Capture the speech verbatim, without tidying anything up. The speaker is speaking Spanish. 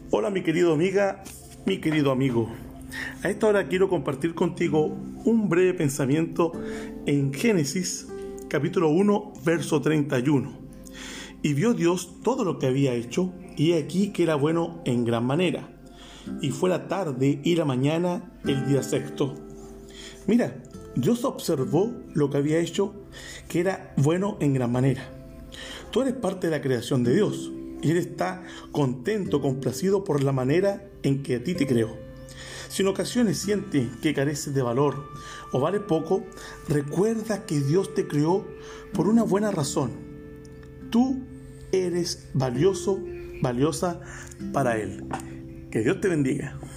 Hola mi querido amiga, mi querido amigo. A esta hora quiero compartir contigo un breve pensamiento en Génesis capítulo uno, verso treinta y uno. Y vio Dios todo lo que había hecho, y he aquí que era bueno en gran manera. Y fue la tarde y la mañana el día sexto. Mira, Dios observó lo que había hecho, que era bueno en gran manera. Tú eres parte de la creación de Dios, y Él está contento, complacido por la manera en que a ti te creó. Si en ocasiones sientes que careces de valor o vale poco, recuerda que Dios te creó por una buena razón. Tú eres valioso, valiosa para Él. Que Dios te bendiga.